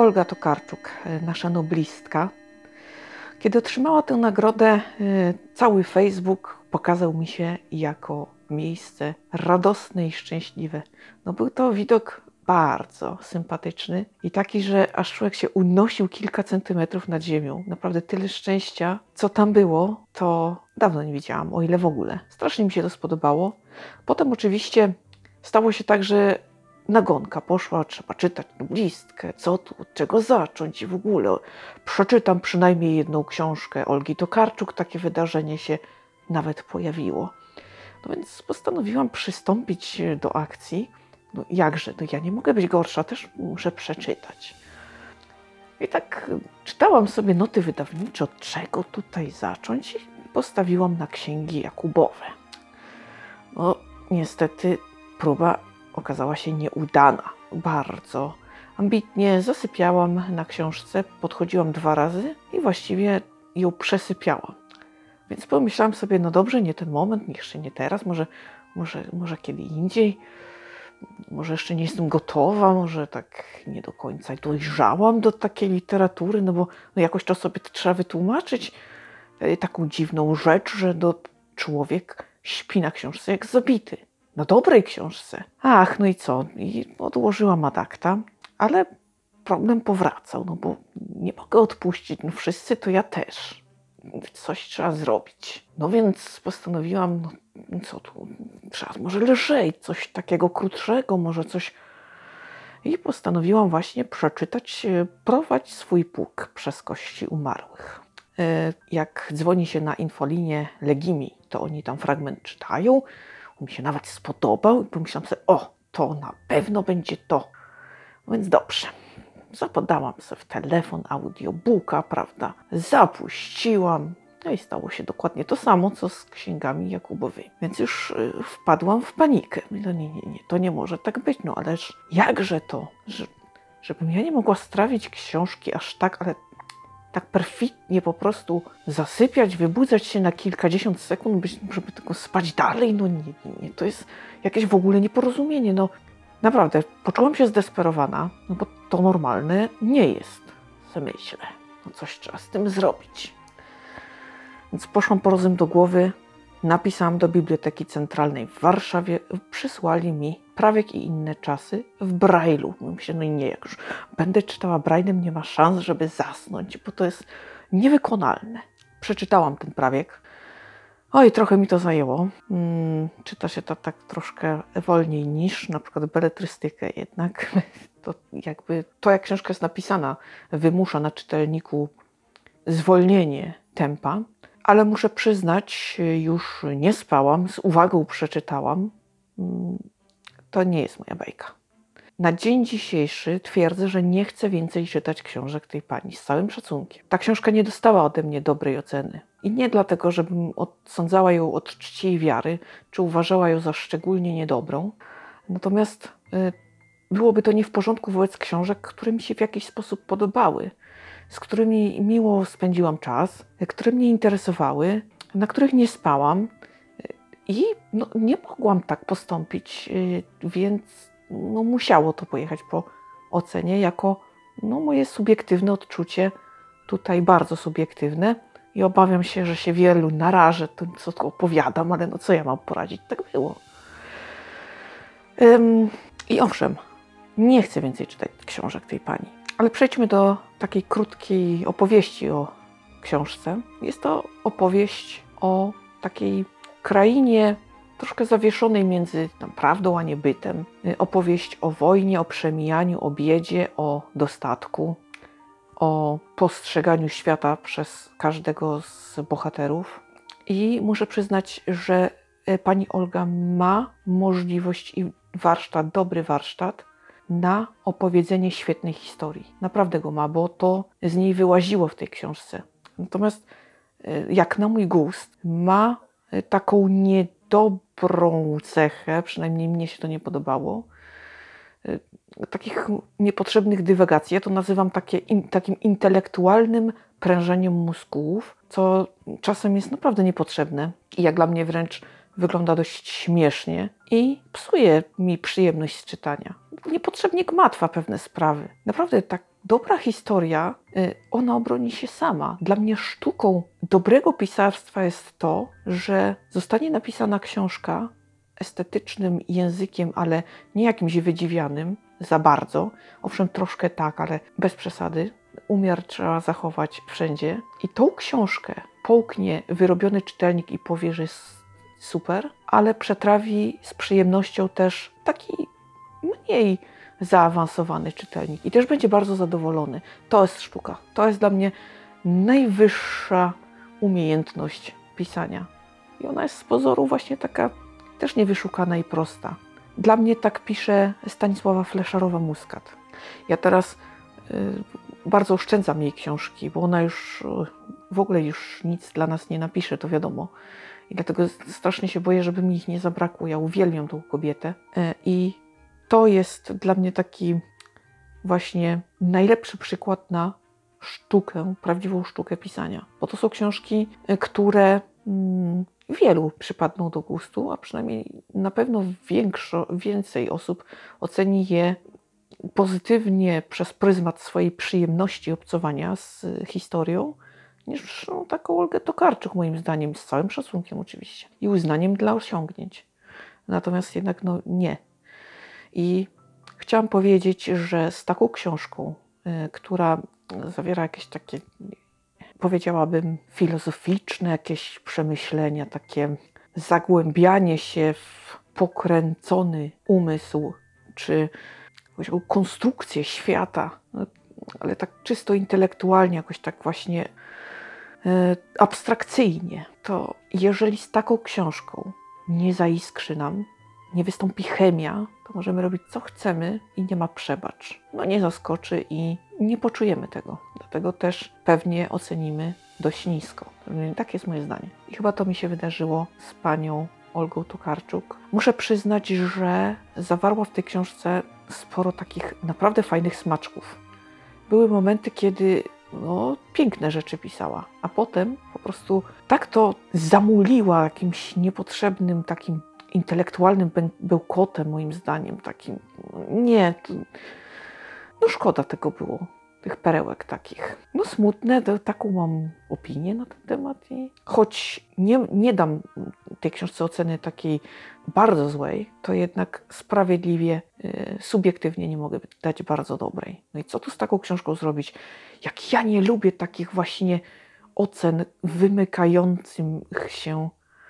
Olga Tokarczuk, nasza noblistka. Kiedy otrzymała tę nagrodę, cały Facebook pokazał mi się jako miejsce radosne i szczęśliwe. No był to widok bardzo sympatyczny i taki, że aż człowiek się unosił kilka centymetrów nad ziemią. Naprawdę tyle szczęścia, co tam było, to dawno nie widziałam, o ile w ogóle. Strasznie mi się to spodobało. Potem oczywiście stało się tak, że nagonka poszła, trzeba czytać noblistkę, co tu, od czego zacząć i w ogóle. Przeczytam przynajmniej jedną książkę Olgi Tokarczuk, takie wydarzenie się nawet pojawiło. No więc postanowiłam przystąpić do akcji. No jakże, no ja nie mogę być gorsza, też muszę przeczytać. I tak czytałam sobie noty wydawnicze, od czego tutaj zacząć i postawiłam na księgi Jakubowe. No niestety próba okazała się nieudana. Bardzo ambitnie zasypiałam na książce, podchodziłam 2 razy i właściwie ją przesypiałam. Więc pomyślałam sobie, no dobrze, nie ten moment, jeszcze nie teraz, może kiedy indziej, może jeszcze nie jestem gotowa, może tak nie do końca dojrzałam do takiej literatury, no bo no jakoś to sobie trzeba wytłumaczyć, taką dziwną rzecz, że człowiek śpi na książce jak zabity. Na dobrej książce. Ach, no i co? I odłożyłam ad acta, ale problem powracał, no bo nie mogę odpuścić, no wszyscy to ja też. Coś trzeba zrobić. No więc postanowiłam, no co tu, trzeba może lżej, coś takiego krótszego, może coś. I postanowiłam właśnie przeczytać Prowadź swój pług przez kości umarłych. Jak dzwoni się na infolinię Legimi, to oni tam fragment czytają. On mi się nawet spodobał i pomyślałam sobie, o, to na pewno będzie to. No więc dobrze. Zapodałam sobie w telefon audiobooka, prawda? Zapuściłam. No i stało się dokładnie to samo, co z księgami Jakubowymi. Więc już wpadłam w panikę. No nie, to nie może tak być. No ależ jakże to, żebym ja nie mogła strawić książki aż tak, ale tak perfidnie po prostu zasypiać, wybudzać się na kilkadziesiąt sekund, żeby tylko spać dalej. No nie, to jest jakieś w ogóle nieporozumienie. No naprawdę, poczułam się zdesperowana, no bo to normalne nie jest, sobie myślę. No coś trzeba z tym zrobić. Więc poszłam po rozum do głowy, napisałam do Biblioteki Centralnej w Warszawie, przysłali mi Prawek i inne czasy w Braille'u. Myślę, no i nie, jak już będę czytała Braille'em, nie ma szans, żeby zasnąć, bo to jest niewykonalne. Przeczytałam ten Prawiek. Oj, trochę mi to zajęło. Czyta się to tak troszkę wolniej niż na przykład beletrystykę jednak. To jakby to, jak książka jest napisana, wymusza na czytelniku zwolnienie tempa. Ale muszę przyznać, już nie spałam, z uwagą przeczytałam. To nie jest moja bajka. Na dzień dzisiejszy twierdzę, że nie chcę więcej czytać książek tej pani, z całym szacunkiem. Ta książka nie dostała ode mnie dobrej oceny. I nie dlatego, żebym odsądzała ją od czci i wiary, czy uważała ją za szczególnie niedobrą. Natomiast byłoby to nie w porządku wobec książek, które mi się w jakiś sposób podobały, z którymi miło spędziłam czas, które mnie interesowały, na których nie spałam i no, nie mogłam tak postąpić, więc no, musiało to pojechać po ocenie jako no, moje subiektywne odczucie, tutaj bardzo subiektywne i obawiam się, że się wielu narażę tym, co tu opowiadam, ale no co ja mam poradzić, tak było. I owszem, nie chcę więcej czytać książek tej pani. Ale przejdźmy do takiej krótkiej opowieści o książce. Jest to opowieść o takiej krainie troszkę zawieszonej między prawdą a niebytem. Opowieść o wojnie, o przemijaniu, o biedzie, o dostatku, o postrzeganiu świata przez każdego z bohaterów. I muszę przyznać, że pani Olga ma możliwość i warsztat, dobry warsztat, na opowiedzenie świetnej historii. Naprawdę go ma, bo to z niej wyłaziło w tej książce. Natomiast jak na mój gust ma taką niedobrą cechę, przynajmniej mnie się to nie podobało, takich niepotrzebnych dywagacji. Ja to nazywam takim intelektualnym prężeniem mózgów, co czasem jest naprawdę niepotrzebne i jak dla mnie wręcz wygląda dość śmiesznie i psuje mi przyjemność z czytania. Niepotrzebnie gmatwa pewne sprawy. Naprawdę dobra historia, ona obroni się sama. Dla mnie sztuką dobrego pisarstwa jest to, że zostanie napisana książka estetycznym językiem, ale nie jakimś wydziwianym za bardzo. Owszem, troszkę tak, ale bez przesady. Umiar trzeba zachować wszędzie. I tą książkę połknie wyrobiony czytelnik i powie, że jest super, ale przetrawi z przyjemnością też taki mniej zaawansowany czytelnik i też będzie bardzo zadowolony. To jest sztuka. To jest dla mnie najwyższa umiejętność pisania. I ona jest z pozoru właśnie taka też niewyszukana i prosta. Dla mnie tak pisze Stanisława Fleszarowa-Muskat. Ja teraz bardzo oszczędzam jej książki, bo ona już w ogóle już nic dla nas nie napisze, to wiadomo. I dlatego strasznie się boję, żeby mi ich nie zabrakło. Ja uwielbiam tą kobietę i to jest dla mnie taki właśnie najlepszy przykład na sztukę, prawdziwą sztukę pisania. Bo to są książki, które wielu przypadną do gustu, a przynajmniej na pewno więcej osób oceni je pozytywnie przez pryzmat swojej przyjemności obcowania z historią, niż taką Olgę Tokarczuk, moim zdaniem, z całym szacunkiem oczywiście i uznaniem dla osiągnięć. Natomiast jednak nie. I chciałam powiedzieć, że z taką książką, która zawiera jakieś takie, powiedziałabym, filozoficzne jakieś przemyślenia, takie zagłębianie się w pokręcony umysł, czy konstrukcję świata, ale tak czysto intelektualnie, jakoś tak właśnie abstrakcyjnie, to jeżeli z taką książką nie zaiskrzy nam, nie wystąpi chemia, to możemy robić co chcemy i nie ma przebacz. No nie zaskoczy i nie poczujemy tego. Dlatego też pewnie ocenimy dość nisko. Tak jest moje zdanie. I chyba to mi się wydarzyło z panią Olgą Tokarczuk. Muszę przyznać, że zawarła w tej książce sporo takich naprawdę fajnych smaczków. Były momenty, kiedy piękne rzeczy pisała, a potem po prostu tak to zamuliła jakimś niepotrzebnym takim intelektualnym bełkotem, moim zdaniem, takim, szkoda tego było, tych perełek takich. Smutne, taką mam opinię na ten temat i choć nie dam tej książce oceny takiej bardzo złej, to jednak sprawiedliwie, subiektywnie nie mogę dać bardzo dobrej. No i co tu z taką książką zrobić? Jak ja nie lubię takich właśnie ocen wymykających się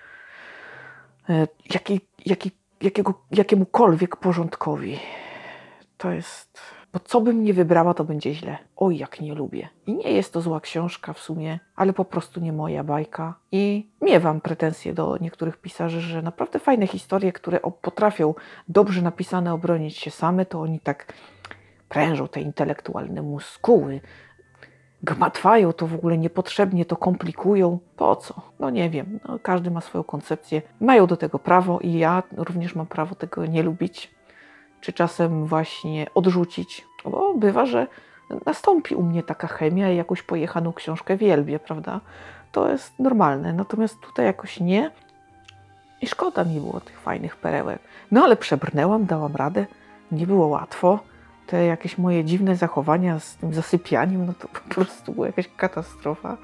jakiemukolwiek porządkowi. To jest... Bo co bym nie wybrała, to będzie źle. Oj, jak nie lubię. I nie jest to zła książka w sumie, ale po prostu nie moja bajka. I miewam pretensje do niektórych pisarzy, że naprawdę fajne historie, które potrafią dobrze napisane obronić się same, to oni tak prężą te intelektualne muskuły, gmatwają to w ogóle niepotrzebnie, to komplikują. Po co? Nie wiem. Każdy ma swoją koncepcję. Mają do tego prawo i ja również mam prawo tego nie lubić. Czy czasem właśnie odrzucić. Bo bywa, że nastąpi u mnie taka chemia i jakąś pojechaną książkę wielbię, prawda? To jest normalne. Natomiast tutaj jakoś nie. I szkoda mi było tych fajnych perełek. Ale przebrnęłam, dałam radę. Nie było łatwo. Te jakieś moje dziwne zachowania z tym zasypianiem, to po prostu była jakaś katastrofa.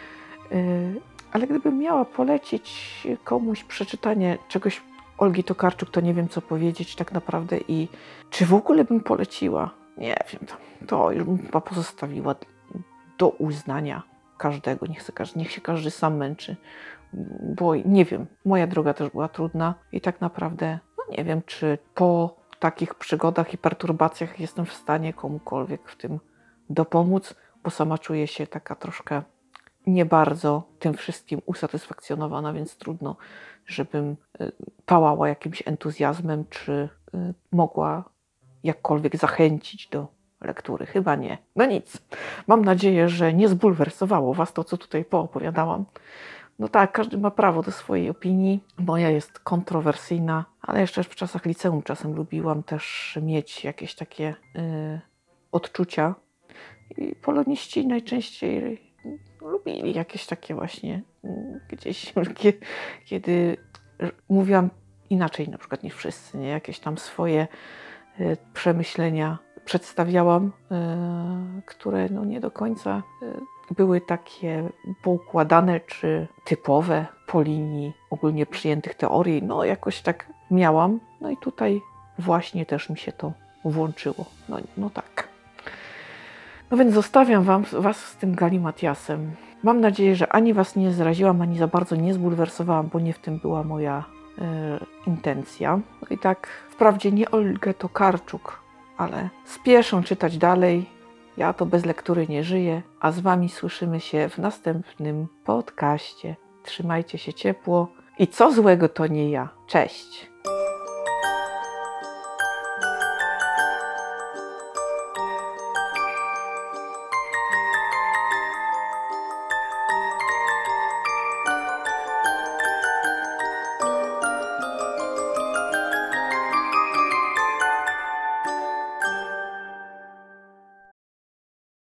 Ale gdybym miała polecić komuś przeczytanie czegoś Olgi Tokarczuk, to nie wiem, co powiedzieć tak naprawdę i czy w ogóle bym poleciła. Nie wiem, to już bym chyba pozostawiła do uznania każdego. Niech się każdy sam męczy, bo nie wiem, moja droga też była trudna i tak naprawdę nie wiem, czy po takich przygodach i perturbacjach jestem w stanie komukolwiek w tym dopomóc, bo sama czuję się taka troszkę nie bardzo tym wszystkim usatysfakcjonowana, więc trudno, żebym pałała jakimś entuzjazmem, czy mogła jakkolwiek zachęcić do lektury. Chyba nie. Nic. Mam nadzieję, że nie zbulwersowało Was to, co tutaj poopowiadałam. Tak, każdy ma prawo do swojej opinii. Moja jest kontrowersyjna, ale jeszcze w czasach liceum czasem lubiłam też mieć jakieś takie odczucia. I poloniści najczęściej lubili jakieś takie właśnie gdzieś, kiedy mówiłam inaczej na przykład niż wszyscy, nie? Jakieś tam swoje przemyślenia przedstawiałam, które no nie do końca były takie poukładane czy typowe po linii ogólnie przyjętych teorii. No jakoś tak miałam. No i tutaj właśnie też mi się to włączyło. No tak. No więc zostawiam was z tym galimatiasem. Mam nadzieję, że ani was nie zraziłam, ani za bardzo nie zbulwersowałam, bo nie w tym była moja intencja. No i tak, wprawdzie nie Olgę Tokarczuk, ale spieszę czytać dalej. Ja to bez lektury nie żyję, a z wami słyszymy się w następnym podcaście. Trzymajcie się ciepło i co złego to nie ja. Cześć!